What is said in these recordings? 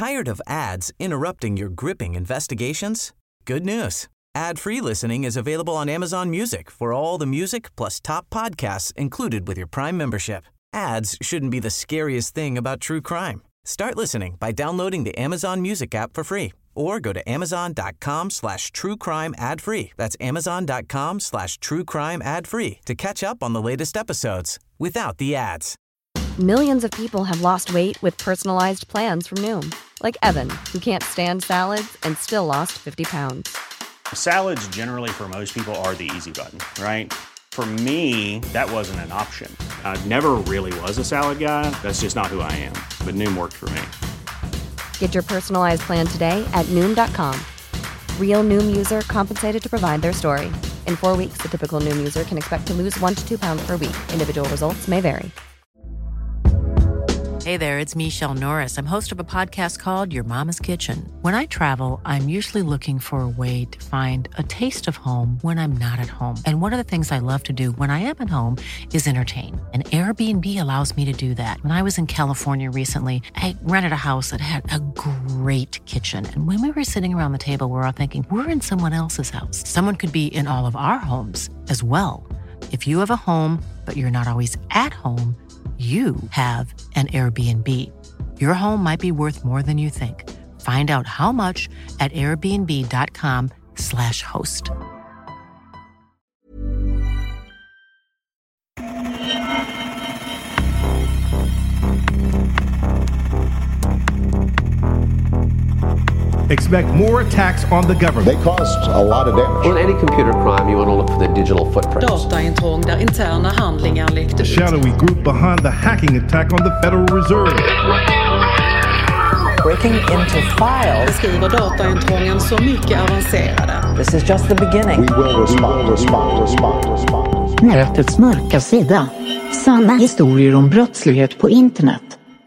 Tired of ads interrupting your gripping investigations? Good news. Ad-free listening is available on Amazon Music for all the music plus top podcasts included with your Prime membership. Ads shouldn't be the scariest thing about true crime. Start listening by downloading the Amazon Music app for free or go to amazon.com/truecrime ad-free. That's amazon.com/truecrime ad-free to catch up on the latest episodes without the ads. Millions of people have lost weight with personalized plans from Noom. Like Evan, who can't stand salads and still lost 50 pounds. Salads generally for most people are the easy button, right? For me, that wasn't an option. I never really was a salad guy. That's just not who I am. But Noom worked for me. Get your personalized plan today at Noom.com. Real Noom user compensated to provide their story. In 4 weeks, the typical Noom user can expect to lose 1 to 2 pounds per week. Individual results may vary. Hey there, it's Michelle Norris. I'm host of a podcast called Your Mama's Kitchen. When I travel, I'm usually looking for a way to find a taste of home when I'm not at home. And one of the things I love to do when I am at home is entertain. And Airbnb allows me to do that. When I was in California recently, I rented a house that had a great kitchen. And when we were sitting around the table, we were all thinking, we're in someone else's house. Someone could be in all of our homes as well. If you have a home, but you're not always at home, you have an Airbnb. Your home might be worth more than you think. Find out how much at airbnb.com/host. Expect more attacks on the government. They caused a lot of damage. On any computer crime, you want to look for the digital footprint. Dataintrång där interna handlingar läckte The ut. shadowy group behind the hacking attack on the Federal Reserve. Breaking into files. Beskriver dataintrången så mycket avancerade. This is just the beginning. We will respond. Nätets mörka sida. Sanna historier om brottslighet på internet.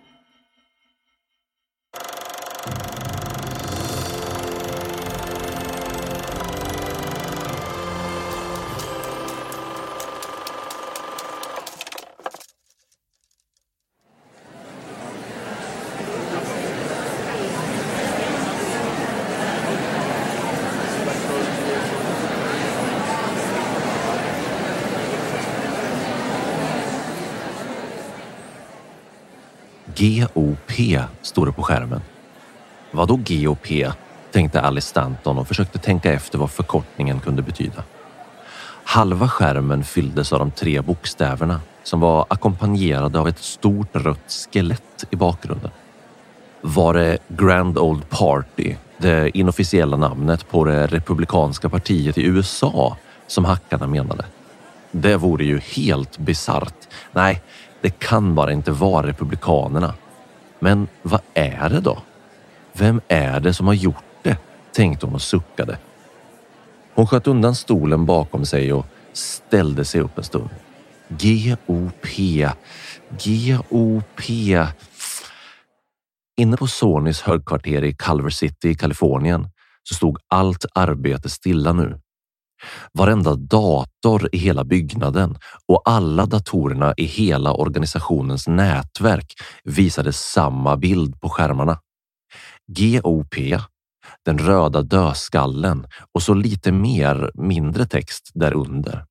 GOP står det på skärmen. Vadå GOP? Tänkte Alice Stanton och försökte tänka efter vad förkortningen kunde betyda. Halva skärmen fylldes av de 3 bokstäverna som var ackompanjerade av ett stort rött skelett i bakgrunden. Var det Grand Old Party, det inofficiella namnet på det republikanska partiet i USA, som hackarna menade? Det vore ju helt bizarrt. Nej, det kan bara inte vara republikanerna. Men vad är det då? Vem är det som har gjort det? Tänkte hon och suckade. Hon sköt undan stolen bakom sig och ställde sig upp en stund. GOP. Inne på Sonys högkvarter i Culver City i Kalifornien så stod allt arbete stilla nu. Varenda dator i hela byggnaden och alla datorerna i hela organisationens nätverk visade samma bild på skärmarna. GOP, den röda dödskallen och så lite mindre text där under.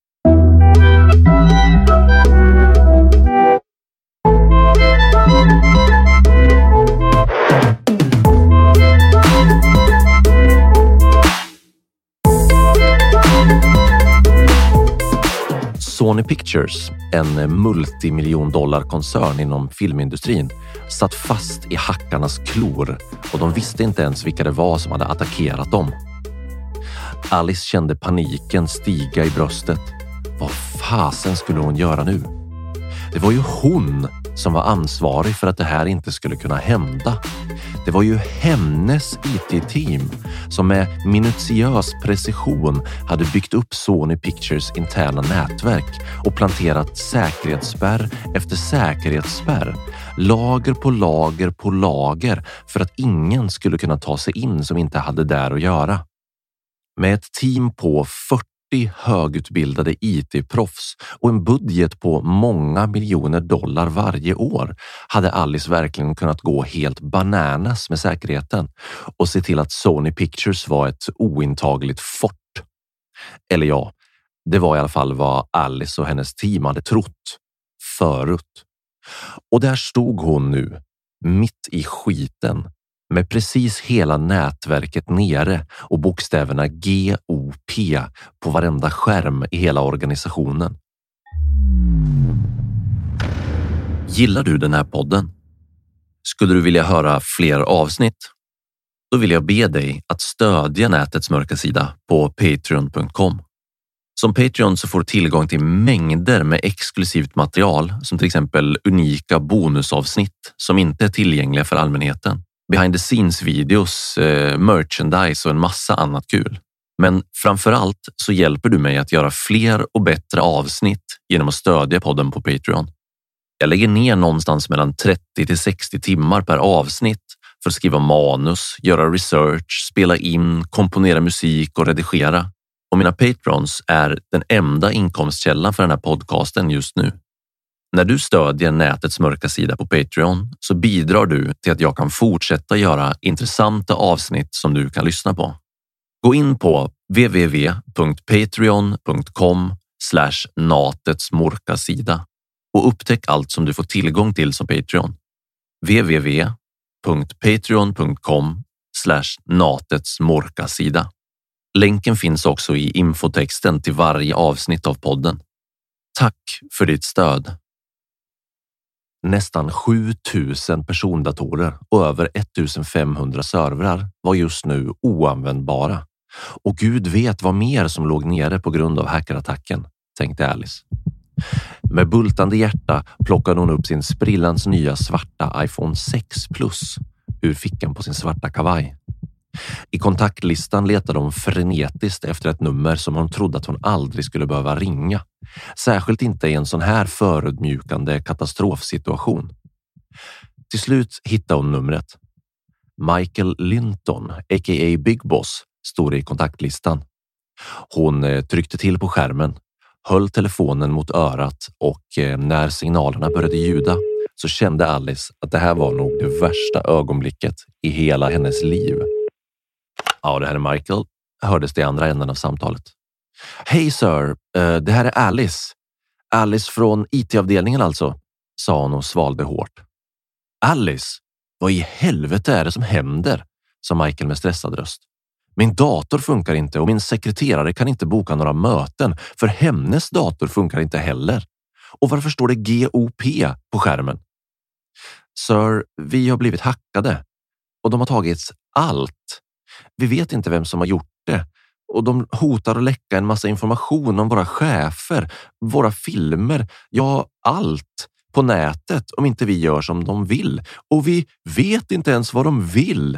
Sony Pictures, en multimiljon-dollar-koncern inom filmindustrin, satt fast i hackarnas klor och de visste inte ens vilka det var som hade attackerat dem. Alice kände paniken stiga i bröstet. Vad fasen skulle hon göra nu? Det var ju hon som var ansvarig för att det här inte skulle kunna hända. Det var ju hennes IT-team som med minutiös precision hade byggt upp Sony Pictures interna nätverk och planterat säkerhetsspärr efter säkerhetsspärr, lager på lager på lager för att ingen skulle kunna ta sig in som inte hade där att göra. Med ett team på 40 högutbildade IT-proffs och en budget på många miljoner dollar varje år hade Alice verkligen kunnat gå helt bananas med säkerheten och se till att Sony Pictures var ett ointagligt fort. Eller ja, det var i alla fall vad Alice och hennes team hade trott förut. Och där stod hon nu, mitt i skiten, med precis hela nätverket nere och bokstäverna GOP på varenda skärm i hela organisationen. Gillar du den här podden? Skulle du vilja höra fler avsnitt? Då vill jag be dig att stödja Nätets mörka sida på patreon.com. Som Patreon så får du tillgång till mängder med exklusivt material som till exempel unika bonusavsnitt som inte är tillgängliga för allmänheten. Behind the scenes videos, merchandise och en massa annat kul. Men framförallt så hjälper du mig att göra fler och bättre avsnitt genom att stödja podden på Patreon. Jag lägger ner någonstans mellan 30 till 60 timmar per avsnitt för att skriva manus, göra research, spela in, komponera musik och redigera. Och mina patrons är den enda inkomstkällan för den här podcasten just nu. När du stödjer Nätets mörka sida på Patreon så bidrar du till att jag kan fortsätta göra intressanta avsnitt som du kan lyssna på. Gå in på www.patreon.com/natetsmorkasida och upptäck allt som du får tillgång till som Patreon. www.patreon.com/natetsmorkasida. Länken finns också i infotexten till varje avsnitt av podden. Tack för ditt stöd. Nästan 7000 persondatorer och över 1500 servrar var just nu oanvändbara. Och Gud vet vad mer som låg nere på grund av hackerattacken, tänkte Alice. Med bultande hjärta plockade hon upp sin sprillans nya svarta iPhone 6 Plus ur fickan på sin svarta kavaj. I kontaktlistan letade hon frenetiskt efter ett nummer som hon trodde att hon aldrig skulle behöva ringa. Särskilt inte i en sån här förödmjukande katastrofsituation. Till slut hittade hon numret. Michael Linton, a.k.a. Big Boss, stod det i kontaktlistan. Hon tryckte till på skärmen, höll telefonen mot örat och när signalerna började ljuda så kände Alice att det här var nog det värsta ögonblicket i hela hennes liv. Ja, det här är Michael, hördes det i andra änden av samtalet. Hej sir, det här är Alice. Alice från IT-avdelningen alltså, sa hon och svalde hårt. Alice, vad i helvete är det som händer? Sa Michael med stressad röst. Min dator funkar inte och min sekreterare kan inte boka några möten för hennes dator funkar inte heller. Och varför står det GOP på skärmen? Sir, vi har blivit hackade och de har tagit allt. Vi vet inte vem som har gjort det och de hotar att läcka en massa information om våra chefer, våra filmer, ja allt på nätet om inte vi gör som de vill. Och vi vet inte ens vad de vill.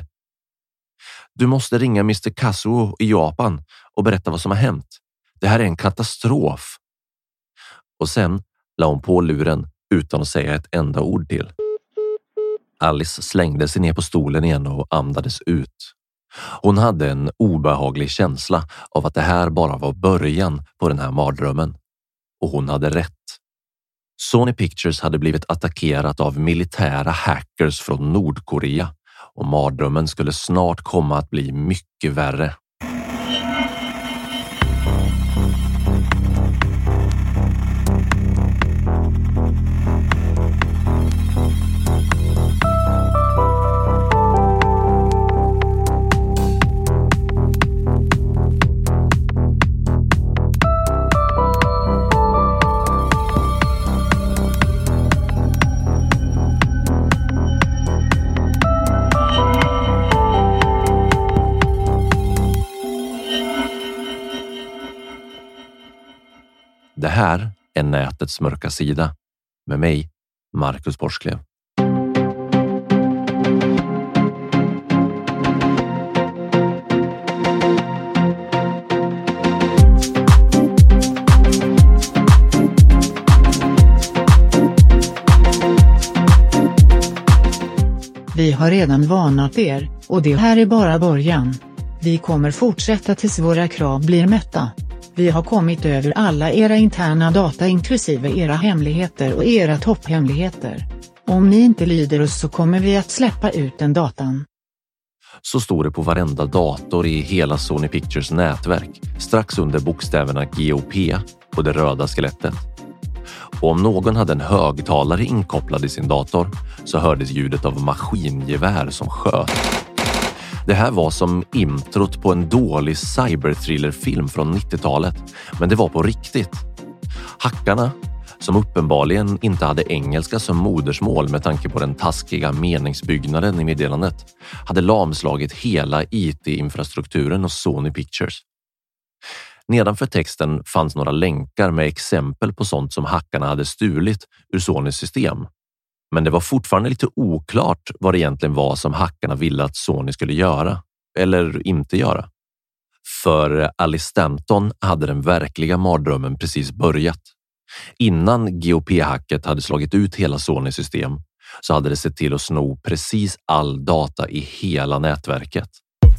Du måste ringa Mr. Kazuo i Japan och berätta vad som har hänt. Det här är en katastrof. Och sen la hon på luren utan att säga ett enda ord till. Alice slängde sig ner på stolen igen och andades ut. Hon hade en obehaglig känsla av att det här bara var början på den här mardrömmen. Och hon hade rätt. Sony Pictures hade blivit attackerat av militära hackers från Nordkorea och mardrömmen skulle snart komma att bli mycket värre. Det här är Nätets mörka sida med mig, Marcus Borsklev. Vi har redan varnat er, och det här är bara början. Vi kommer fortsätta tills våra krav blir mätta. Vi har kommit över alla era interna data inklusive era hemligheter och era topphemligheter. Om ni inte lyder oss så kommer vi att släppa ut den datan. Så stod det på varenda dator i hela Sony Pictures nätverk, strax under bokstäverna GOP på det röda skelettet. Och om någon hade en högtalare inkopplad i sin dator så hördes ljudet av maskingevär som sköt. Det här var som introt på en dålig cyberthrillerfilm från 90-talet, men det var på riktigt. Hackarna, som uppenbarligen inte hade engelska som modersmål med tanke på den taskiga meningsbyggnaden i meddelandet, hade lamslagit hela IT-infrastrukturen hos Sony Pictures. Nedanför texten fanns några länkar med exempel på sånt som hackarna hade stulit ur Sonys system. Men det var fortfarande lite oklart vad det egentligen var som hackarna ville att Sony skulle göra, eller inte göra. För Alice Stanton hade den verkliga mardrömmen precis börjat. Innan GOP-hacket hade slagit ut hela Sonys system så hade det sett till att sno precis all data i hela nätverket.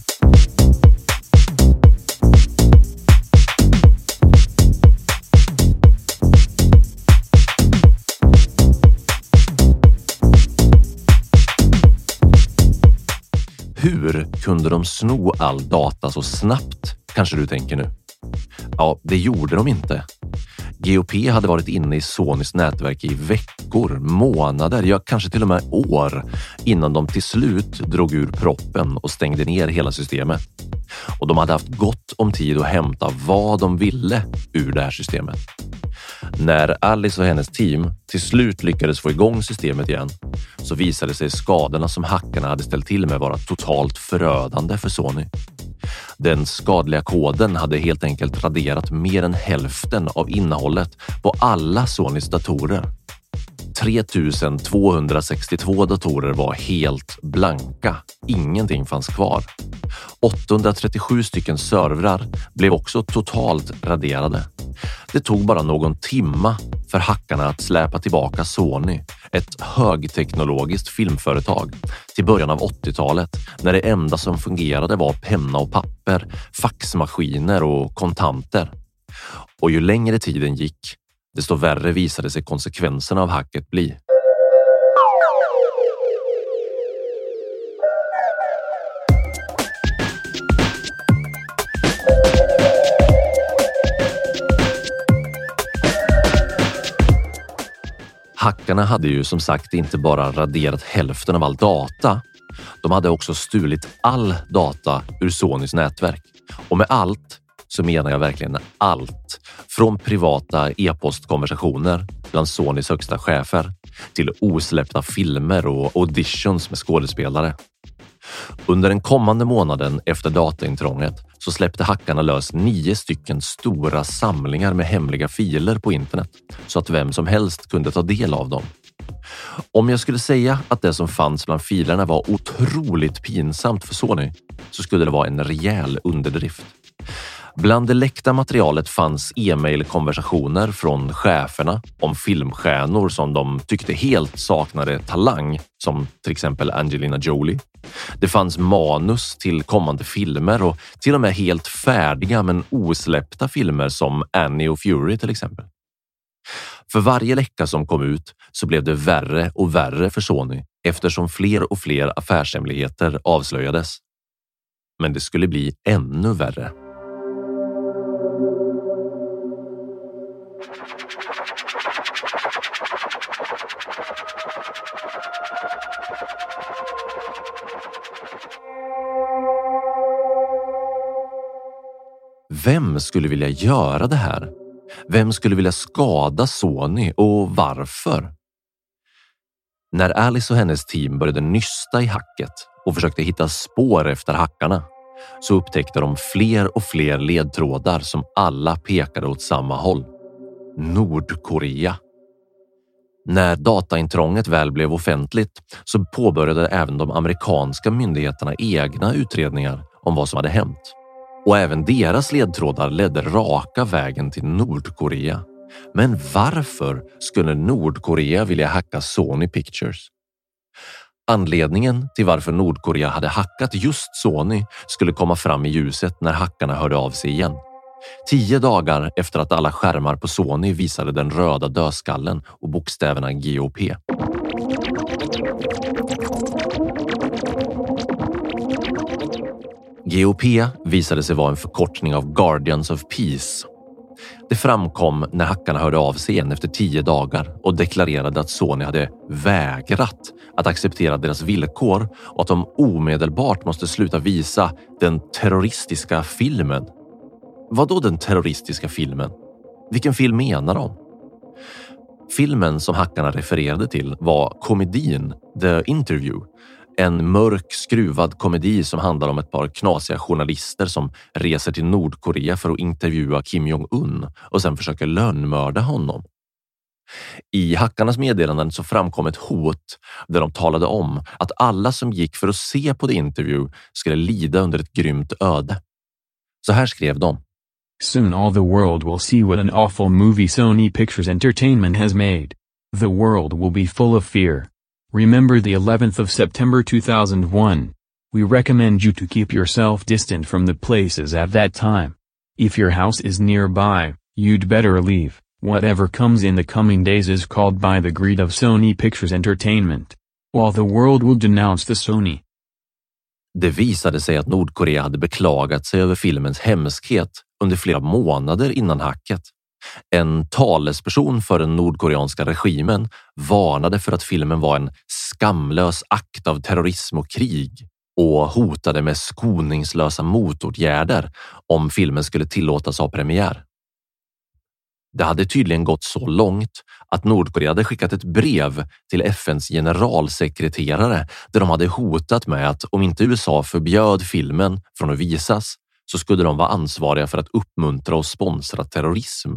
Hur kunde de sno all data så snabbt, kanske du tänker nu? Ja, det gjorde de inte. GOP hade varit inne i Sonys nätverk i veckor, månader, ja kanske till och med år innan de till slut drog ur proppen och stängde ner hela systemet. Och de hade haft gott om tid att hämta vad de ville ur det här systemet. När Alice och hennes team till slut lyckades få igång systemet igen så visade sig skadorna som hackarna hade ställt till med vara totalt förödande för Sony. Den skadliga koden hade helt enkelt raderat mer än hälften av innehållet på alla Sonys datorer. 3262 datorer var helt blanka. Ingenting fanns kvar. 837 stycken servrar blev också totalt raderade. Det tog bara någon timma för hackarna att släpa tillbaka Sony, ett högteknologiskt filmföretag, till början av 80-talet när det enda som fungerade var penna och papper, faxmaskiner och kontanter. Och ju längre tiden gick, desto värre visade sig konsekvenserna av hacket bli. Hackarna hade ju som sagt inte bara raderat hälften av all data. De hade också stulit all data ur Sonys nätverk. Och med allt så menar jag verkligen allt. Från privata e-postkonversationer bland Sonys högsta chefer till osläppta filmer och auditions med skådespelare. Under den kommande månaden efter dataintrånget så släppte hackarna lös 9 stycken stora samlingar med hemliga filer på internet så att vem som helst kunde ta del av dem. Om jag skulle säga att det som fanns bland filerna var otroligt pinsamt för Sony så skulle det vara en rejäl underdrift. Bland det läckta materialet fanns e-mailkonversationer från cheferna om filmstjärnor som de tyckte helt saknade talang, som till exempel Angelina Jolie. Det fanns manus till kommande filmer och till och med helt färdiga men osläppta filmer som Annie och Fury till exempel. För varje läcka som kom ut så blev det värre och värre för Sony eftersom fler och fler affärshemligheter avslöjades. Men det skulle bli ännu värre. Vem skulle vilja göra det här? Vem skulle vilja skada Sony och varför? När Alice och hennes team började nysta i hacket och försökte hitta spår efter hackarna så upptäckte de fler och fler ledtrådar som alla pekade åt samma håll. Nordkorea. När dataintrånget väl blev offentligt så påbörjade även de amerikanska myndigheterna egna utredningar om vad som hade hänt. Och även deras ledtrådar ledde raka vägen till Nordkorea. Men varför skulle Nordkorea vilja hacka Sony Pictures? Anledningen till varför Nordkorea hade hackat just Sony skulle komma fram i ljuset när hackarna hörde av sig igen. 10 dagar efter att alla skärmar på Sony visade den röda dödskallen och bokstäverna GOP. GOP visade sig vara en förkortning av Guardians of Peace. Det framkom när hackarna hörde av sig igen efter 10 dagar och deklarerade att Sony hade vägrat att acceptera deras villkor och att de omedelbart måste sluta visa den terroristiska filmen. Vad då den terroristiska filmen? Vilken film menar de? Filmen som hackarna refererade till var komedin The Interview. En mörk, skruvad komedi som handlar om ett par knasiga journalister som reser till Nordkorea för att intervjua Kim Jong-Un och sen försöker lönnmörda honom. I hackarnas meddelanden så framkom ett hot där de talade om att alla som gick för att se på The Interview skulle lida under ett grymt öde. Så här skrev de. Soon all the world will see what an awful movie Sony Pictures Entertainment has made. The world will be full of fear. Remember the 11th of September 2001. We recommend you to keep yourself distant from the places at that time. If your house is nearby, you'd better leave. Whatever comes in the coming days is called by the greed of Sony Pictures Entertainment. While the world will denounce the Sony. Det visade sig att Nordkorea hade beklagat sig över filmens hemskhet under flera månader innan hacket. En talesperson för den nordkoreanska regimen varnade för att filmen var en skamlös akt av terrorism och krig och hotade med skoningslösa motåtgärder om filmen skulle tillåtas ha premiär. Det hade tydligen gått så långt att Nordkorea hade skickat ett brev till FNs generalsekreterare där de hade hotat med att om inte USA förbjöd filmen från att visas så skulle de vara ansvariga för att uppmuntra och sponsra terrorism.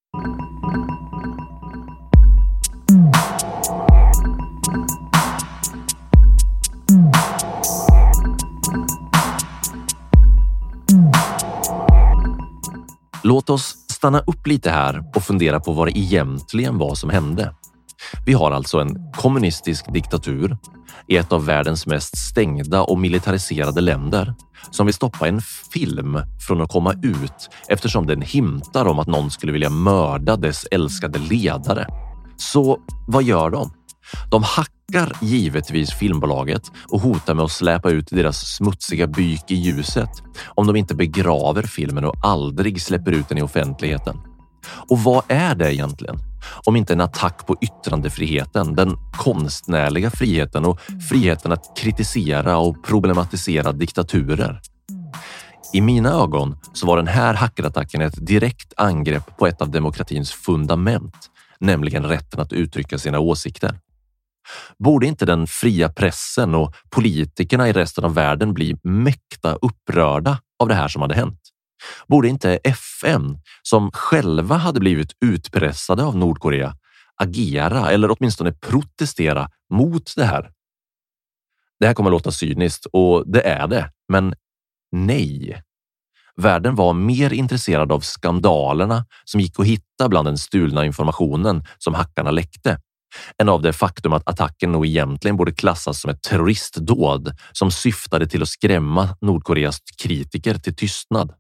Låt oss stanna upp lite här och fundera på vad det egentligen var som hände. Vi har alltså en kommunistisk diktatur i ett av världens mest stängda och militariserade länder som vill stoppa en film från att komma ut eftersom den hintar om att någon skulle vilja mörda dess älskade ledare. Så vad gör de? De hackar givetvis filmbolaget och hotar med att släpa ut deras smutsiga byk i ljuset om de inte begraver filmen och aldrig släpper ut den i offentligheten. Och vad är det egentligen? Om inte en attack på yttrandefriheten, den konstnärliga friheten och friheten att kritisera och problematisera diktaturer. I mina ögon så var den här hackerattacken ett direkt angrepp på ett av demokratins fundament, nämligen rätten att uttrycka sina åsikter. Borde inte den fria pressen och politikerna i resten av världen bli mäkta upprörda av det här som hade hänt? Borde inte FN, som själva hade blivit utpressade av Nordkorea, agera eller åtminstone protestera mot det här? Det här kommer låta cyniskt och det är det, men nej. Världen var mer intresserad av skandalerna som gick att hitta bland den stulna informationen som hackarna läckte än av det faktum att attacken nog egentligen borde klassas som ett terroristdåd som syftade till att skrämma Nordkoreas kritiker till tystnad.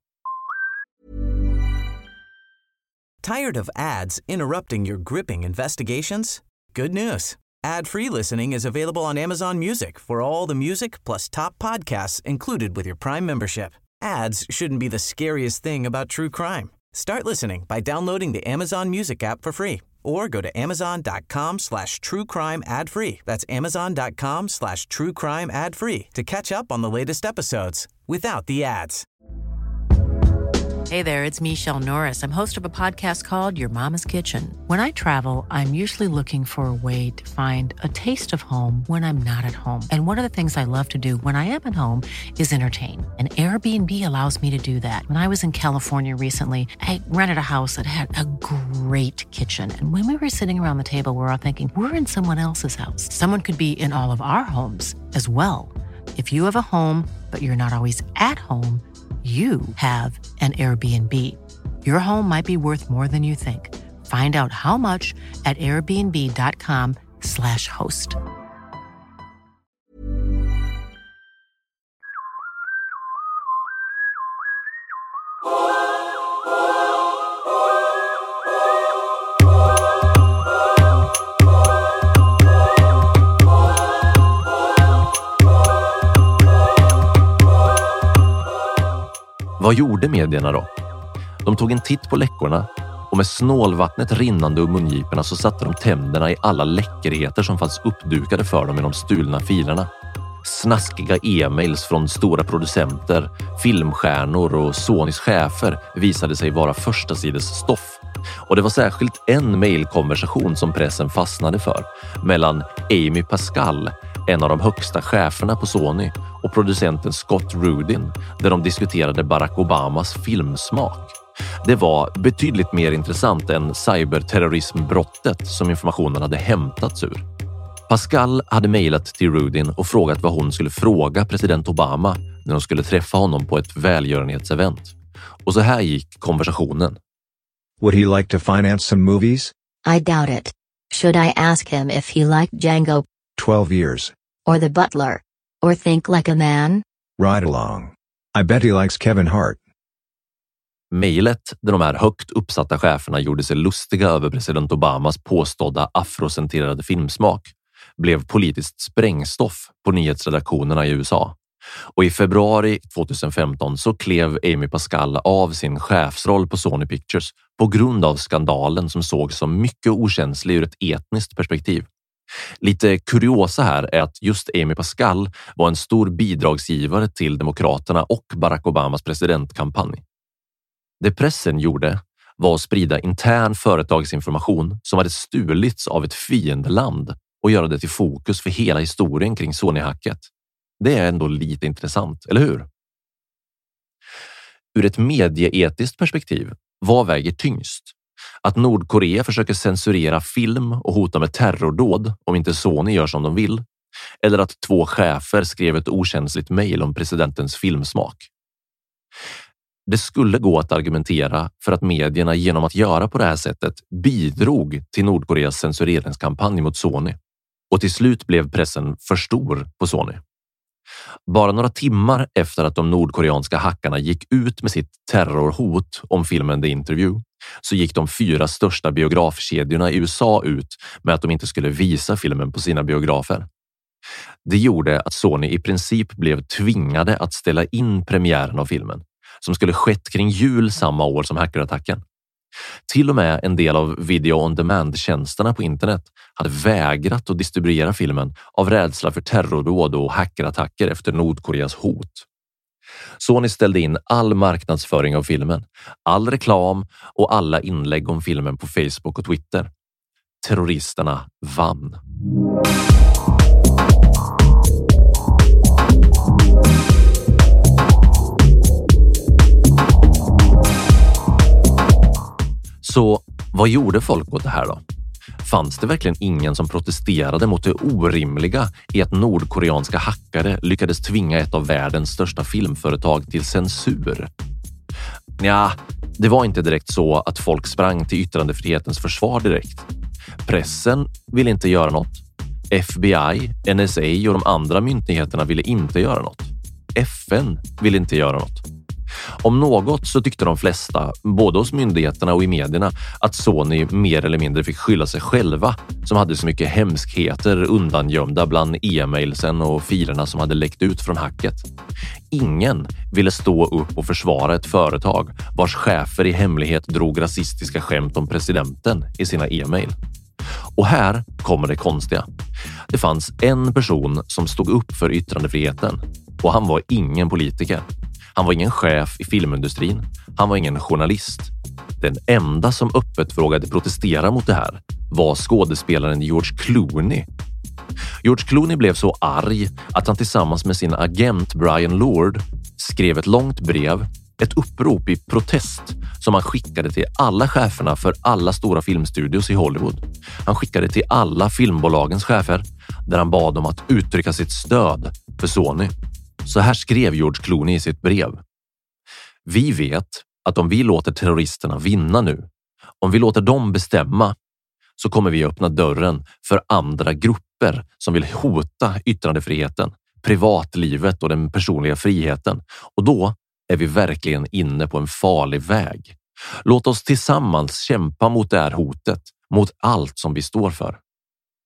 Tired of ads interrupting your gripping investigations? Good news. Ad-free listening is available on Amazon Music for all the music plus top podcasts included with your Prime membership. Ads shouldn't be the scariest thing about true crime. Start listening by downloading the Amazon Music app for free or go to amazon.com/truecrime ad-free. That's amazon.com/truecrime ad-free to catch up on the latest episodes without the ads. Hey there, it's Michelle Norris. I'm host of a podcast called Your Mama's Kitchen. When I travel, I'm usually looking for a way to find a taste of home when I'm not at home. And one of the things I love to do when I am at home is entertain. And Airbnb allows me to do that. When I was in California recently, I rented a house that had a great kitchen. And when we were sitting around the table, we were all thinking, we're in someone else's house. Someone could be in all of our homes as well. If you have a home, but you're not always at home, you have an Airbnb. Your home might be worth more than you think. Find out how much at airbnb.com/host. Vad gjorde medierna då? De tog en titt på läckorna och med snålvattnet rinnande ur mungiporna så satte de tänderna i alla läckerheter som fanns uppdukade för dem i de stulna filerna. Snaskiga e-mails från stora producenter, filmstjärnor och Sonys chefer visade sig vara första sides stoff. Och det var särskilt en mejlkonversation som pressen fastnade för mellan Amy Pascal, en av de högsta cheferna på Sony, och producenten Scott Rudin, där de diskuterade Barack Obamas filmsmak. Det var betydligt mer intressant än cyberterrorismbrottet som informationen hade hämtats ur. Pascal hade mejlat till Rudin och frågat vad hon skulle fråga president Obama när de skulle träffa honom på ett välgörenhetsevent. Och så här gick konversationen. Would he like to finance some movies? I doubt it. Should I ask him if he liked Django? 12 years. Or The Butler? Or Think Like a Man? Ride along. I bet he likes Kevin Hart. Mejlet där de här högt uppsatta cheferna gjorde sig lustiga över president Obamas påstådda afrocentrerade filmsmak blev politiskt sprängstoff på nyhetsredaktionerna i USA. Och i februari 2015 så klev Amy Pascal av sin chefsroll på Sony Pictures på grund av skandalen som sågs som mycket okänslig ur ett etniskt perspektiv. Lite kuriosa här är att just Amy Pascal var en stor bidragsgivare till Demokraterna och Barack Obamas presidentkampanj. Det pressen gjorde var att sprida intern företagsinformation som hade stulits av ett fiendeland och göra det till fokus för hela historien kring Sony-hacket. Det är ändå lite intressant, eller hur? Ur ett medieetiskt perspektiv, vad väger tyngst? Att Nordkorea försöker censurera film och hota med terrordåd om inte Sony gör som de vill? Eller att 2 chefer skrev ett okänsligt mejl om presidentens filmsmak? Det skulle gå att argumentera för att medierna genom att göra på det här sättet bidrog till Nordkoreas censureringskampanj mot Sony. Och till slut blev pressen för stor på Sony. Bara några timmar efter att de nordkoreanska hackarna gick ut med sitt terrorhot om filmen The Interview så gick de 4 största biografkedjorna i USA ut med att de inte skulle visa filmen på sina biografer. Det gjorde att Sony i princip blev tvingade att ställa in premiären av filmen, som skulle skett kring jul samma år som hackerattacken. Till och med en del av video on demand-tjänsterna på internet hade vägrat att distribuera filmen av rädsla för terrordåd och hackerattacker efter Nordkoreas hot. Sony ställde in all marknadsföring av filmen, all reklam och alla inlägg om filmen på Facebook och Twitter. Terroristerna vann. Så vad gjorde folk åt det här då? Fanns det verkligen ingen som protesterade mot det orimliga i att nordkoreanska hackare lyckades tvinga ett av världens största filmföretag till censur? Ja, det var inte direkt så att folk sprang till yttrandefrihetens försvar direkt. Pressen ville inte göra något. FBI, NSA och de andra myndigheterna ville inte göra något. FN ville inte göra något. Om något så tyckte de flesta, både hos myndigheterna och i medierna, att Sony mer eller mindre fick skylla sig själva som hade så mycket hemskheter undangömda bland e-mailsen och filerna som hade läckt ut från hacket. Ingen ville stå upp och försvara ett företag vars chefer i hemlighet drog rasistiska skämt om presidenten i sina e-mail. Och här kommer det konstiga. Det fanns en person som stod upp för yttrandefriheten och han var ingen politiker. Han var ingen chef i filmindustrin. Han var ingen journalist. Den enda som öppet vågade protestera mot det här var skådespelaren George Clooney. George Clooney blev så arg att han tillsammans med sin agent Brian Lord skrev ett långt brev, ett upprop i protest som han skickade till alla cheferna för alla stora filmstudios i Hollywood. Han skickade till alla filmbolagens chefer där han bad dem att uttrycka sitt stöd för Sony. Så här skrev George Clooney i sitt brev. Vi vet att om vi låter terroristerna vinna nu, om vi låter dem bestämma, så kommer vi öppna dörren för andra grupper som vill hota yttrandefriheten, privatlivet och den personliga friheten. Och då är vi verkligen inne på en farlig väg. Låt oss tillsammans kämpa mot det här hotet, mot allt som vi står för.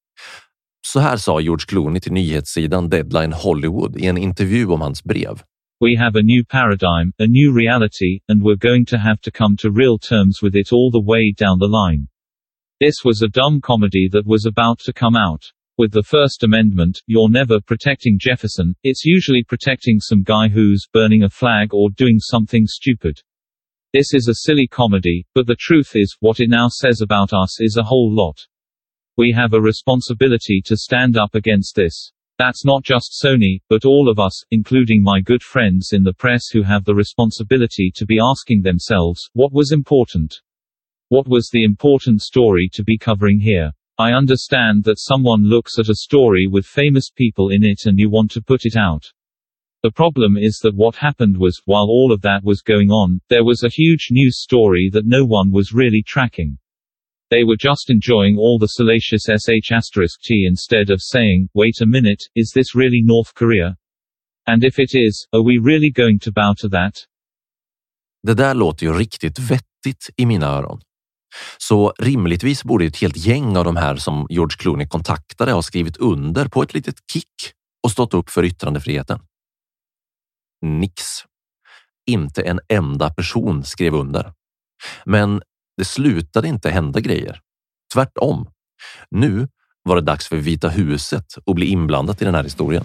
Så här sa George Clooney till nyhetssidan Deadline Hollywood i en intervju om hans brev. We have a new paradigm, a new reality, and we're going to have to come to real terms with it all the way down the line. This was a dumb comedy that was about to come out. With the First Amendment, you're never protecting Jefferson, it's usually protecting some guy who's burning a flag or doing something stupid. This is a silly comedy, but the truth is, what it now says about us is a whole lot. We have a responsibility to stand up against this. That's not just Sony, but all of us, including my good friends in the press who have the responsibility to be asking themselves, what was important? What was the important story to be covering here? I understand that someone looks at a story with famous people in it and you want to put it out. The problem is that what happened was, while all of that was going on, there was a huge news story that no one was really tracking. They were just enjoying all the salacious sh*t instead of saying, wait a minute, is this really North Korea? And if it is, are we really going to bow to that? Det där låter ju riktigt vettigt i mina öron. Så rimligtvis borde ett helt gäng av de här som George Clooney kontaktade ha skrivit under på ett litet kick och stått upp för yttrandefriheten. Nix. Inte en enda person skrev under. Men det slutade inte hända grejer. Tvärtom. Nu var det dags för Vita huset att bli inblandat i den här historien.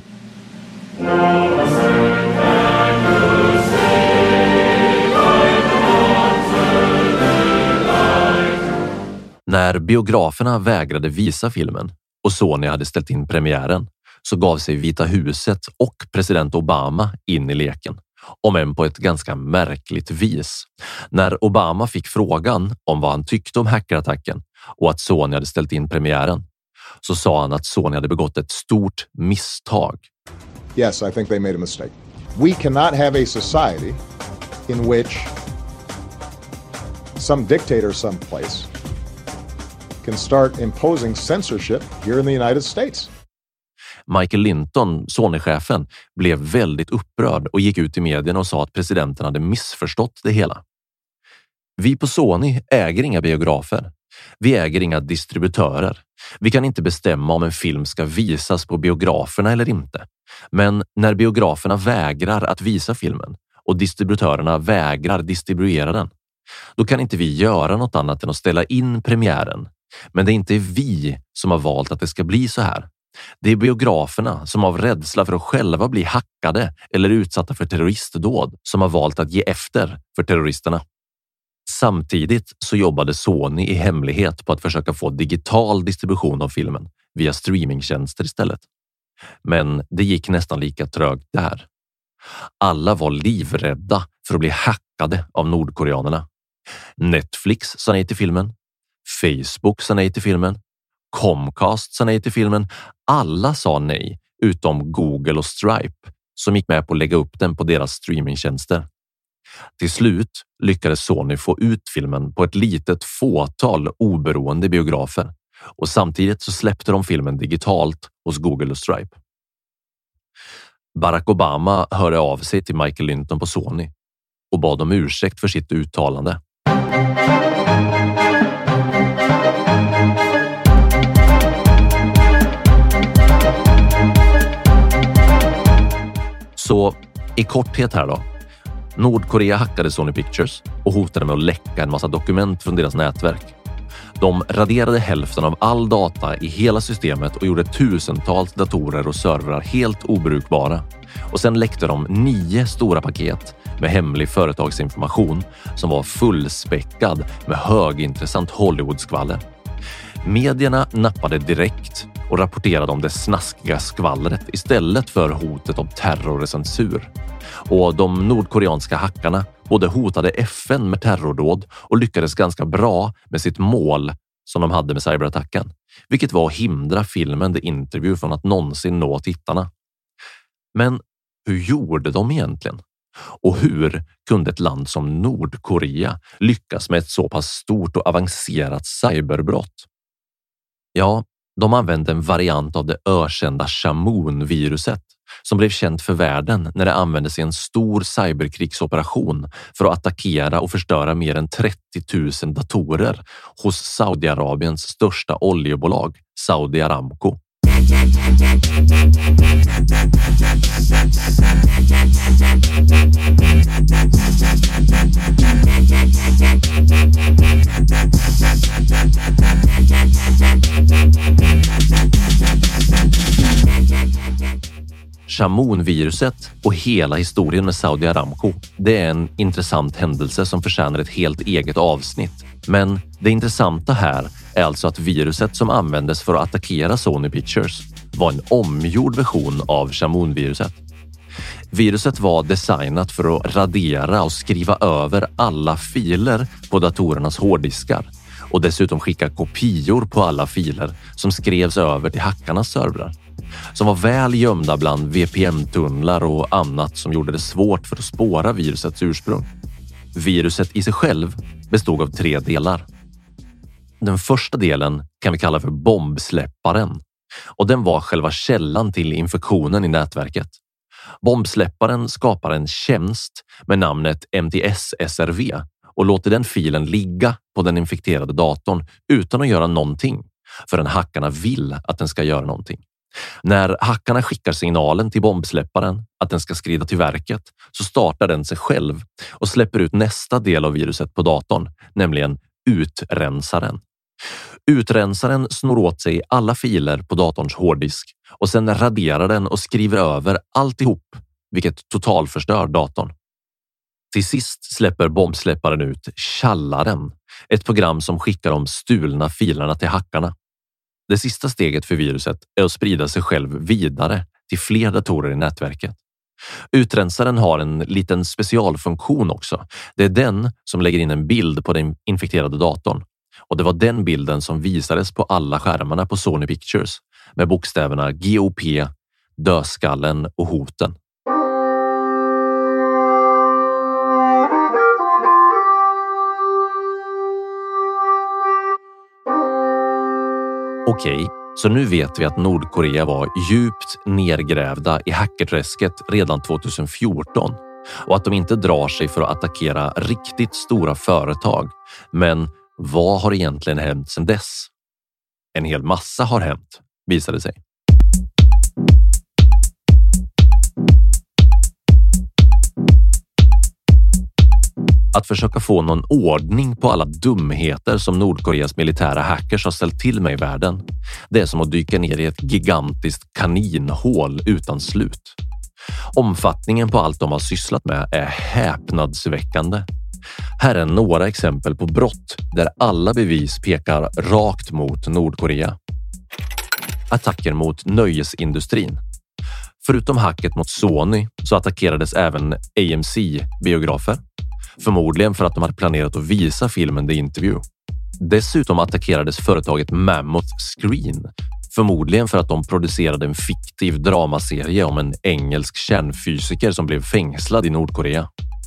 När biograferna vägrade visa filmen och Sony hade ställt in premiären så gav sig Vita huset och president Obama in i leken. Om än på ett ganska märkligt vis. När Obama fick frågan om vad han tyckte om hackerattacken och att Sony hade ställt in premiären så sa han att Sony hade begått ett stort misstag. Yes, I think they made a mistake. We cannot have a society in which some dictator someplace can start imposing censorship here in the United States. Michael Linton, Sony-chefen, blev väldigt upprörd och gick ut i medierna och sa att presidenten hade missförstått det hela. Vi på Sony äger inga biografer. Vi äger inga distributörer. Vi kan inte bestämma om en film ska visas på biograferna eller inte. Men när biograferna vägrar att visa filmen och distributörerna vägrar distribuera den, då kan inte vi göra något annat än att ställa in premiären. Men det är inte vi som har valt att det ska bli så här. Det är biograferna som av rädsla för att själva bli hackade eller utsatta för terroristdåd som har valt att ge efter för terroristerna. Samtidigt så jobbade Sony i hemlighet på att försöka få digital distribution av filmen via streamingtjänster istället. Men det gick nästan lika trögt där. Alla var livrädda för att bli hackade av nordkoreanerna. Netflix sa nej till filmen. Facebook sa nej till filmen. Comcast sa nej till filmen. Alla sa nej utom Google och Stripe som gick med på att lägga upp den på deras streamingtjänster. Till slut lyckades Sony få ut filmen på ett litet fåtal oberoende biografer och samtidigt så släppte de filmen digitalt hos Google och Stripe. Barack Obama hörde av sig till Michael Linton på Sony och bad om ursäkt för sitt uttalande. Så i korthet här då. Nordkorea hackade Sony Pictures och hotade med att läcka en massa dokument från deras nätverk. De raderade hälften av all data i hela systemet och gjorde tusentals datorer och servrar helt obrukbara. Och sen läckte de 9 stora paket med hemlig företagsinformation som var fullspäckad med högintressant Hollywood-skvaller. Medierna nappade direkt och rapporterade om det snaskiga skvallret istället för hotet om terror och censur. Och de nordkoreanska hackarna både hotade FN med terrordåd och lyckades ganska bra med sitt mål som de hade med cyberattacken, vilket var att hindra filmen The Interview från att någonsin nå tittarna. Men hur gjorde de egentligen? Och hur kunde ett land som Nordkorea lyckas med ett så pass stort och avancerat cyberbrott? Ja, de använde en variant av det ökända Shamoon-viruset som blev känt för världen när det användes i en stor cyberkrigsoperation för att attackera och förstöra mer än 30 000 datorer hos Saudiarabiens största oljebolag, Saudi Aramco. Shamoon-viruset och hela historien med Saudi Aramco, det är en intressant händelse som förtjänar ett helt eget avsnitt. Men det intressanta här är alltså att viruset som användes för att attackera Sony Pictures var en omgjord version av Shamoon-viruset. Viruset var designat för att radera och skriva över alla filer på datorernas hårddiskar och dessutom skicka kopior på alla filer som skrevs över till hackarnas servrar, som var väl gömda bland VPN-tunnlar och annat som gjorde det svårt för att spåra virusets ursprung. Viruset i sig själv bestod av 3 delar. Den första delen kan vi kalla för bombsläpparen, och den var själva källan till infektionen i nätverket. Bombsläpparen skapar en tjänst med namnet MTS-SRV och låter den filen ligga på den infekterade datorn utan att göra någonting, förrän hackarna vill att den ska göra någonting. När hackarna skickar signalen till bombsläpparen att den ska skrida till verket, så startar den sig själv och släpper ut nästa del av viruset på datorn, nämligen utrensaren. Utrensaren snor åt sig alla filer på datorns hårddisk och sen raderar den och skriver över alltihop, vilket totalförstör datorn. Till sist släpper bombsläpparen ut tjallaren, ett program som skickar de stulna filerna till hackarna. Det sista steget för viruset är att sprida sig själv vidare till fler datorer i nätverket. Utrensaren har en liten specialfunktion också. Det är den som lägger in en bild på den infekterade datorn. Och det var den bilden som visades på alla skärmarna på Sony Pictures med bokstäverna GOP, dödskallen och hoten. Okej, så nu vet vi att Nordkorea var djupt nergrävda i hackerträsket redan 2014 och att de inte drar sig för att attackera riktigt stora företag. Men vad har egentligen hänt sedan dess? En hel massa har hänt, visade sig. Att försöka få någon ordning på alla dumheter som Nordkoreas militära hackers har ställt till med i världen, det är som att dyka ner i ett gigantiskt kaninhål utan slut. Omfattningen på allt de har sysslat med är häpnadsväckande. Här är några exempel på brott där alla bevis pekar rakt mot Nordkorea. Attacker mot nöjesindustrin. Förutom hacket mot Sony så attackerades även AMC-biografer. Förmodligen för att de hade planerat att visa filmen The Interview. Dessutom attackerades företaget Mammoth Screen. Förmodligen för att de producerade en fiktiv dramaserie om en engelsk kärnfysiker som blev fängslad i Nordkorea.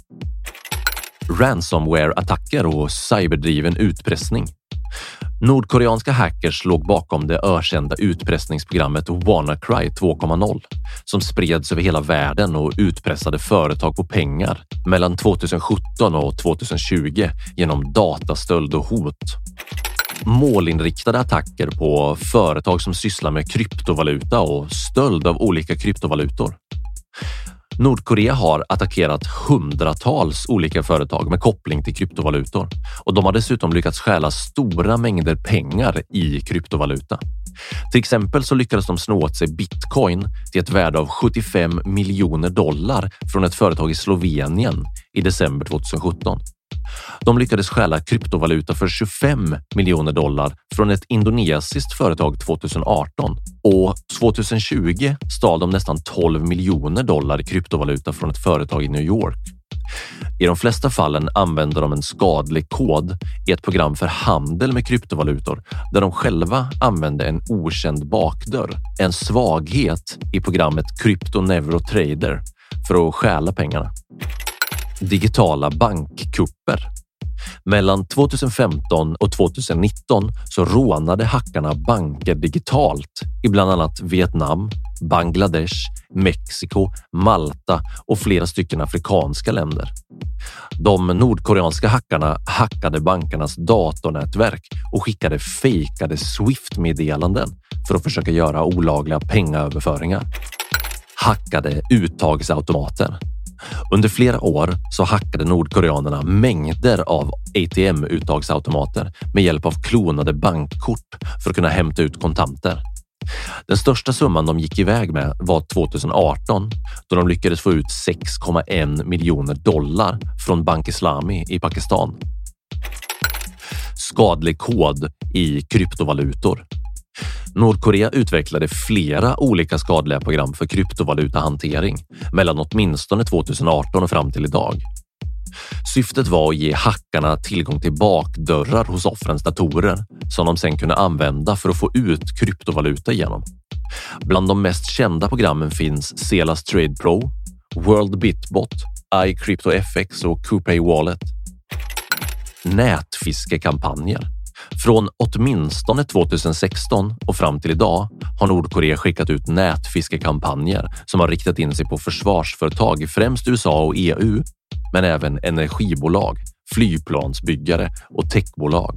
Ransomware-attacker och cyberdriven utpressning. Nordkoreanska hackers låg bakom det ökända utpressningsprogrammet WannaCry 2.0 som spreds över hela världen och utpressade företag på pengar mellan 2017 och 2020 genom datastöld och hot. Målinriktade attacker på företag som sysslar med kryptovaluta och stöld av olika kryptovalutor. Nordkorea har attackerat hundratals olika företag med koppling till kryptovalutor och de har dessutom lyckats stjäla stora mängder pengar i kryptovaluta. Till exempel så lyckades de snå åt sig bitcoin till ett värde av $75 miljoner från ett företag i Slovenien i december 2017. De lyckades stjäla kryptovaluta för $25 miljoner från ett indonesiskt företag 2018 och 2020 stal de nästan $12 miljoner i kryptovaluta från ett företag i New York. I de flesta fallen använder de en skadlig kod i ett program för handel med kryptovalutor där de själva använde en okänd bakdörr, en svaghet i programmet CryptoNeverTrader för att stjäla pengarna. Digitala bankkupper. Mellan 2015 och 2019 så rånade hackarna banker digitalt i bland annat Vietnam, Bangladesh, Mexiko, Malta och flera stycken afrikanska länder. De nordkoreanska hackarna hackade bankernas datornätverk och skickade fejkade Swift-meddelanden för att försöka göra olagliga pengaöverföringar. Hackade uttagsautomater. Under flera år så hackade nordkoreanerna mängder av ATM-uttagsautomater med hjälp av klonade bankkort för att kunna hämta ut kontanter. Den största summan de gick iväg med var 2018 då de lyckades få ut $6,1 miljoner från Bank Islami i Pakistan. Skadlig kod i kryptovalutor. Nordkorea utvecklade flera olika skadliga program för kryptovalutahantering mellan åtminstone 2018 och fram till idag. Syftet var att ge hackarna tillgång till bakdörrar hos offrens datorer som de sen kunde använda för att få ut kryptovaluta igenom. Bland de mest kända programmen finns Celas Trade Pro, World Bitbot, iCryptoFX och Coupé Wallet. Nätfiskekampanjer. Från åtminstone 2016 och fram till idag har Nordkorea skickat ut nätfiskekampanjer som har riktat in sig på försvarsföretag, främst USA och EU, men även energibolag, flygplansbyggare och techbolag.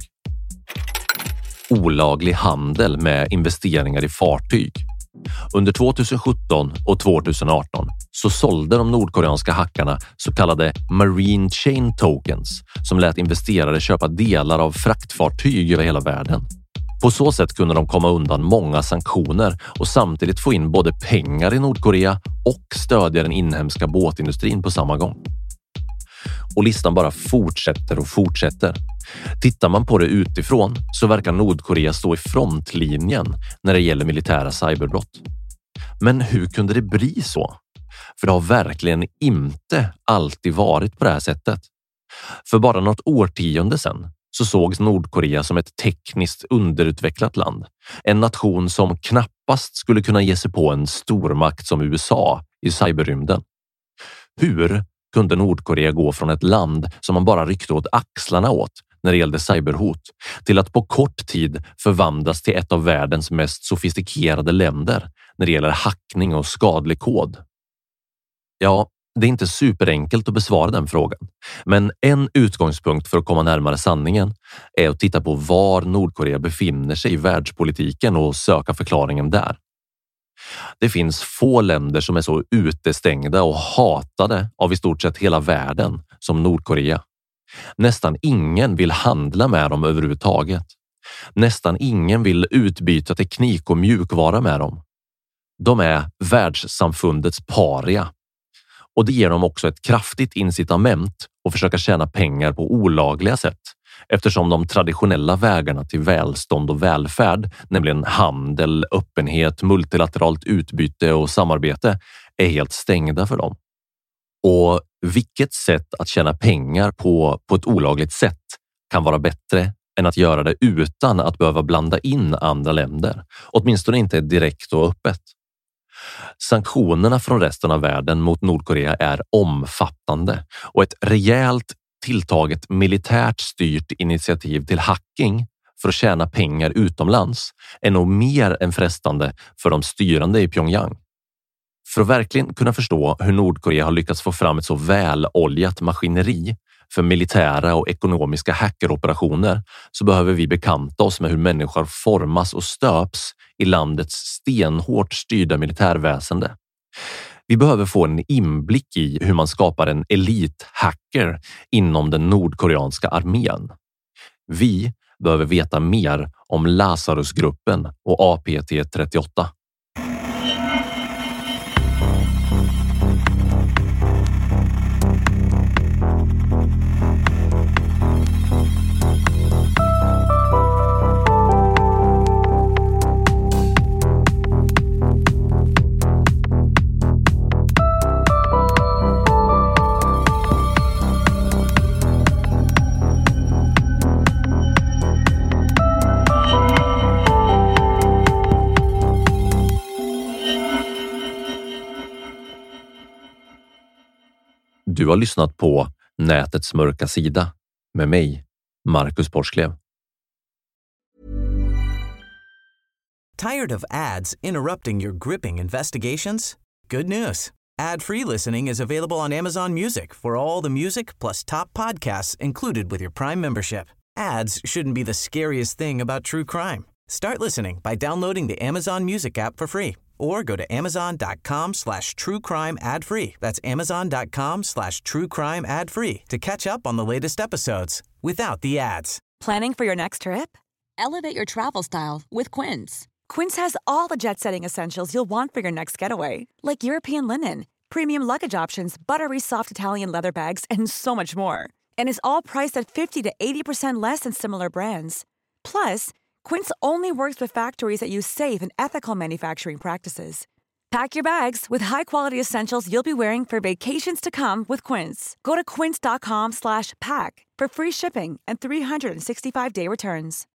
Olaglig handel med investeringar i fartyg. Under 2017 och 2018 så sålde de nordkoreanska hackarna så kallade Marine Chain Tokens som lät investerare köpa delar av fraktfartyg över hela världen. På så sätt kunde de komma undan många sanktioner och samtidigt få in både pengar i Nordkorea och stödja den inhemska båtindustrin på samma gång. Och listan bara fortsätter och fortsätter. Tittar man på det utifrån så verkar Nordkorea stå i frontlinjen när det gäller militära cyberbrott. Men hur kunde det bli så? För det har verkligen inte alltid varit på det här sättet. För bara något årtionde sedan så sågs Nordkorea som ett tekniskt underutvecklat land. En nation som knappast skulle kunna ge sig på en stormakt som USA i cyberrymden. Hur kunde Nordkorea gå från ett land som man bara ryckte åt axlarna åt när det gällde cyberhot till att på kort tid förvandlas till ett av världens mest sofistikerade länder när det gäller hackning och skadlig kod? Ja, det är inte superenkelt att besvara den frågan. Men en utgångspunkt för att komma närmare sanningen är att titta på var Nordkorea befinner sig i världspolitiken och söka förklaringen där. Det finns få länder som är så utestängda och hatade av i stort sett hela världen som Nordkorea. Nästan ingen vill handla med dem överhuvudtaget. Nästan ingen vill utbyta teknik och mjukvara med dem. De är världssamfundets paria. Och det ger dem också ett kraftigt incitament att försöka tjäna pengar på olagliga sätt. Eftersom de traditionella vägarna till välstånd och välfärd, nämligen handel, öppenhet, multilateralt utbyte och samarbete, är helt stängda för dem. Och vilket sätt att tjäna pengar på ett olagligt sätt kan vara bättre än att göra det utan att behöva blanda in andra länder, åtminstone inte direkt och öppet. Sanktionerna från resten av världen mot Nordkorea är omfattande och ett rejält tilltaget militärt styrt initiativ till hacking för att tjäna pengar utomlands är nog mer än frestande för de styrande i Pyongyang. För att verkligen kunna förstå hur Nordkorea har lyckats få fram ett så väloljat maskineri för militära och ekonomiska hackeroperationer så behöver vi bekanta oss med hur människor formas och stöps i landets stenhårt styrda militärväsende. Vi behöver få en inblick i hur man skapar en elithacker inom den nordkoreanska armén. Vi behöver veta mer om Lazarusgruppen och APT-38. Du har lyssnat på Nätets mörka sida med mig, Marcus Porsklev. Tired of ads interrupting your gripping investigations? Good news. Ad-free listening is available on Amazon Music for all the music plus top podcasts included with your Prime membership. Ads shouldn't be the scariest thing about true crime. Start listening by downloading the Amazon Music app for free or go to amazon.com/truecrime ad free. That's amazon.com/truecrime ad free to catch up on the latest episodes without the ads. Planning for your next trip? Elevate your travel style with Quince. Quince has all the jet-setting essentials you'll want for your next getaway, like European linen, premium luggage options, buttery soft Italian leather bags, and so much more. And is all priced at 50 to 80% less than similar brands. Plus, Quince only works with factories that use safe and ethical manufacturing practices. Pack your bags with high-quality essentials you'll be wearing for vacations to come with Quince. Go to quince.com/pack for free shipping and 365-day returns.